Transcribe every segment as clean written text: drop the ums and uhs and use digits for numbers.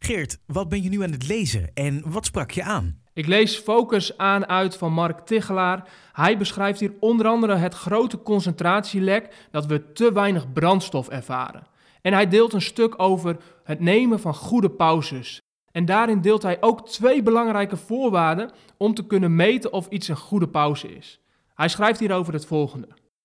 Geert, wat ben je nu aan het lezen en wat sprak je aan? Ik lees Focus aan uit van Mark Tichelaar. Hij beschrijft hier onder andere het grote concentratielek dat we te weinig brandstof ervaren. En hij deelt een stuk over het nemen van goede pauzes. En daarin deelt hij ook 2 belangrijke voorwaarden om te kunnen meten of iets een goede pauze is. Hij schrijft hierover het volgende.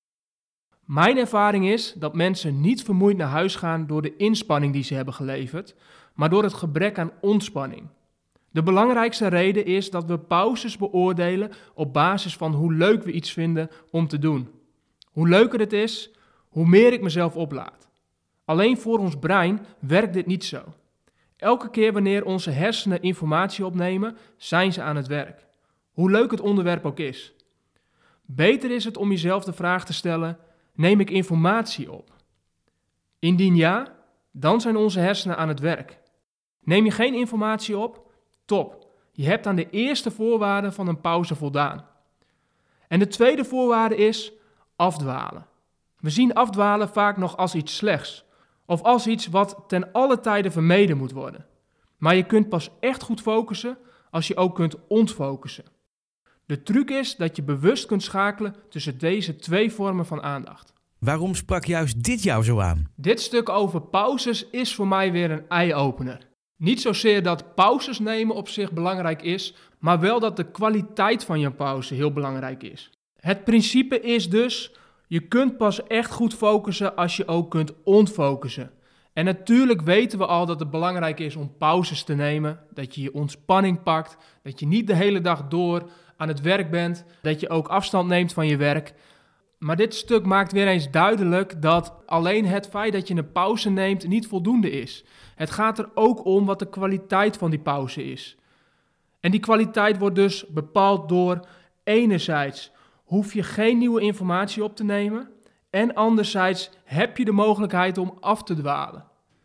Mijn ervaring is dat mensen niet vermoeid naar huis gaan door de inspanning die ze hebben geleverd, maar door het gebrek aan ontspanning. De belangrijkste reden is dat we pauzes beoordelen op basis van hoe leuk we iets vinden om te doen. Hoe leuker het is, hoe meer ik mezelf oplaad. Alleen voor ons brein werkt dit niet zo. Elke keer wanneer onze hersenen informatie opnemen, zijn ze aan het werk. Hoe leuk het onderwerp ook is. Beter is het om jezelf de vraag te stellen, neem ik informatie op? Indien ja, dan zijn onze hersenen aan het werk. Neem je geen informatie op? Top, je hebt aan de eerste voorwaarde van een pauze voldaan. En de tweede voorwaarde is afdwalen. We zien afdwalen vaak nog als iets slechts, of als iets wat ten alle tijde vermeden moet worden. Maar je kunt pas echt goed focussen als je ook kunt ontfocussen. De truc is dat je bewust kunt schakelen tussen deze 2 vormen van aandacht. Waarom sprak juist dit jou zo aan? Dit stuk over pauzes is voor mij weer een eye-opener. Niet zozeer dat pauzes nemen op zich belangrijk is, maar wel dat de kwaliteit van je pauze heel belangrijk is. Het principe is dus, je kunt pas echt goed focussen als je ook kunt ontfocussen. En natuurlijk weten we al dat het belangrijk is om pauzes te nemen, dat je je ontspanning pakt, dat je niet de hele dag door aan het werk bent, dat je ook afstand neemt van je werk. Maar dit stuk maakt weer eens duidelijk dat alleen het feit dat je een pauze neemt niet voldoende is. Het gaat er ook om wat de kwaliteit van die pauze is. En die kwaliteit wordt dus bepaald door enerzijds hoef je geen nieuwe informatie op te nemen en anderzijds heb je de mogelijkheid om af te dwalen.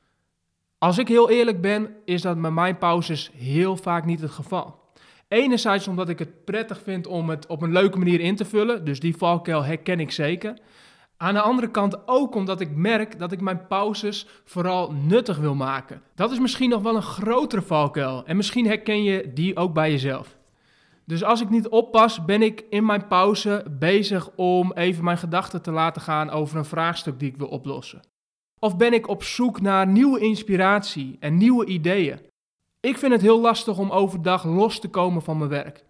Als ik heel eerlijk ben, is dat met mijn pauzes heel vaak niet het geval. Enerzijds omdat ik het prettig vind om het op een leuke manier in te vullen, dus die valkuil herken ik zeker. Aan de andere kant ook omdat ik merk dat ik mijn pauzes vooral nuttig wil maken. Dat is misschien nog wel een grotere valkuil en misschien herken je die ook bij jezelf. Dus als ik niet oppas, ben ik in mijn pauze bezig om even mijn gedachten te laten gaan over een vraagstuk die ik wil oplossen. Of ben ik op zoek naar nieuwe inspiratie en nieuwe ideeën. Ik vind het heel lastig om overdag los te komen van mijn werk.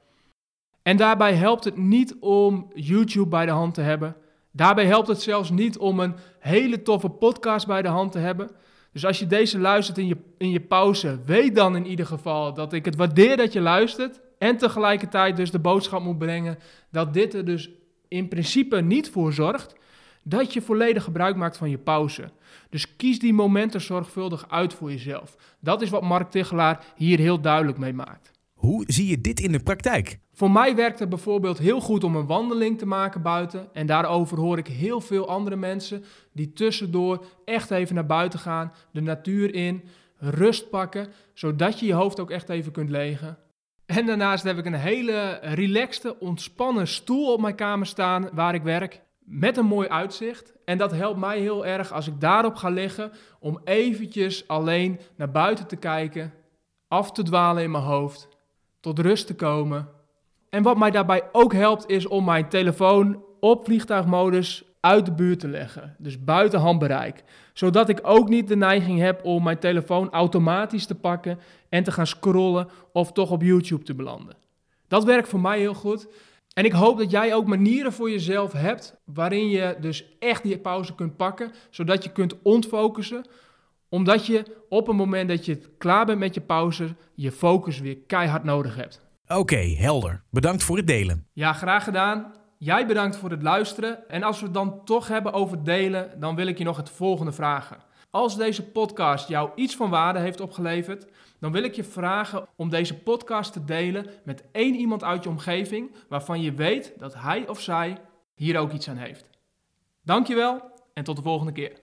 En daarbij helpt het niet om YouTube bij de hand te hebben. Daarbij helpt het zelfs niet om een hele toffe podcast bij de hand te hebben. Dus als je deze luistert in je pauze, weet dan in ieder geval dat ik het waardeer dat je luistert. En tegelijkertijd dus de boodschap moet brengen dat dit er dus in principe niet voor zorgt dat je volledig gebruik maakt van je pauze. Dus kies die momenten zorgvuldig uit voor jezelf. Dat is wat Mark Tichelaar hier heel duidelijk mee maakt. Hoe zie je dit in de praktijk? Voor mij werkt het bijvoorbeeld heel goed om een wandeling te maken buiten. En daarover hoor ik heel veel andere mensen die tussendoor echt even naar buiten gaan, de natuur in, rust pakken, zodat je je hoofd ook echt even kunt legen. En daarnaast heb ik een hele relaxte, ontspannen stoel op mijn kamer staan waar ik werk. Met een mooi uitzicht. En dat helpt mij heel erg als ik daarop ga liggen om eventjes alleen naar buiten te kijken, af te dwalen in mijn hoofd, tot rust te komen. En wat mij daarbij ook helpt is om mijn telefoon op vliegtuigmodus uit de buurt te leggen. Dus buiten handbereik. Zodat ik ook niet de neiging heb om mijn telefoon automatisch te pakken en te gaan scrollen of toch op YouTube te belanden. Dat werkt voor mij heel goed. En ik hoop dat jij ook manieren voor jezelf hebt waarin je dus echt die pauze kunt pakken, zodat je kunt ontfocussen, omdat je op het moment dat je klaar bent met je pauze, je focus weer keihard nodig hebt. Oké, helder. Bedankt voor het delen. Ja, graag gedaan. Jij bedankt voor het luisteren. En als we het dan toch hebben over delen, dan wil ik je nog het volgende vragen. Als deze podcast jou iets van waarde heeft opgeleverd, dan wil ik je vragen om deze podcast te delen met 1 iemand uit je omgeving waarvan je weet dat hij of zij hier ook iets aan heeft. Dankjewel en tot de volgende keer.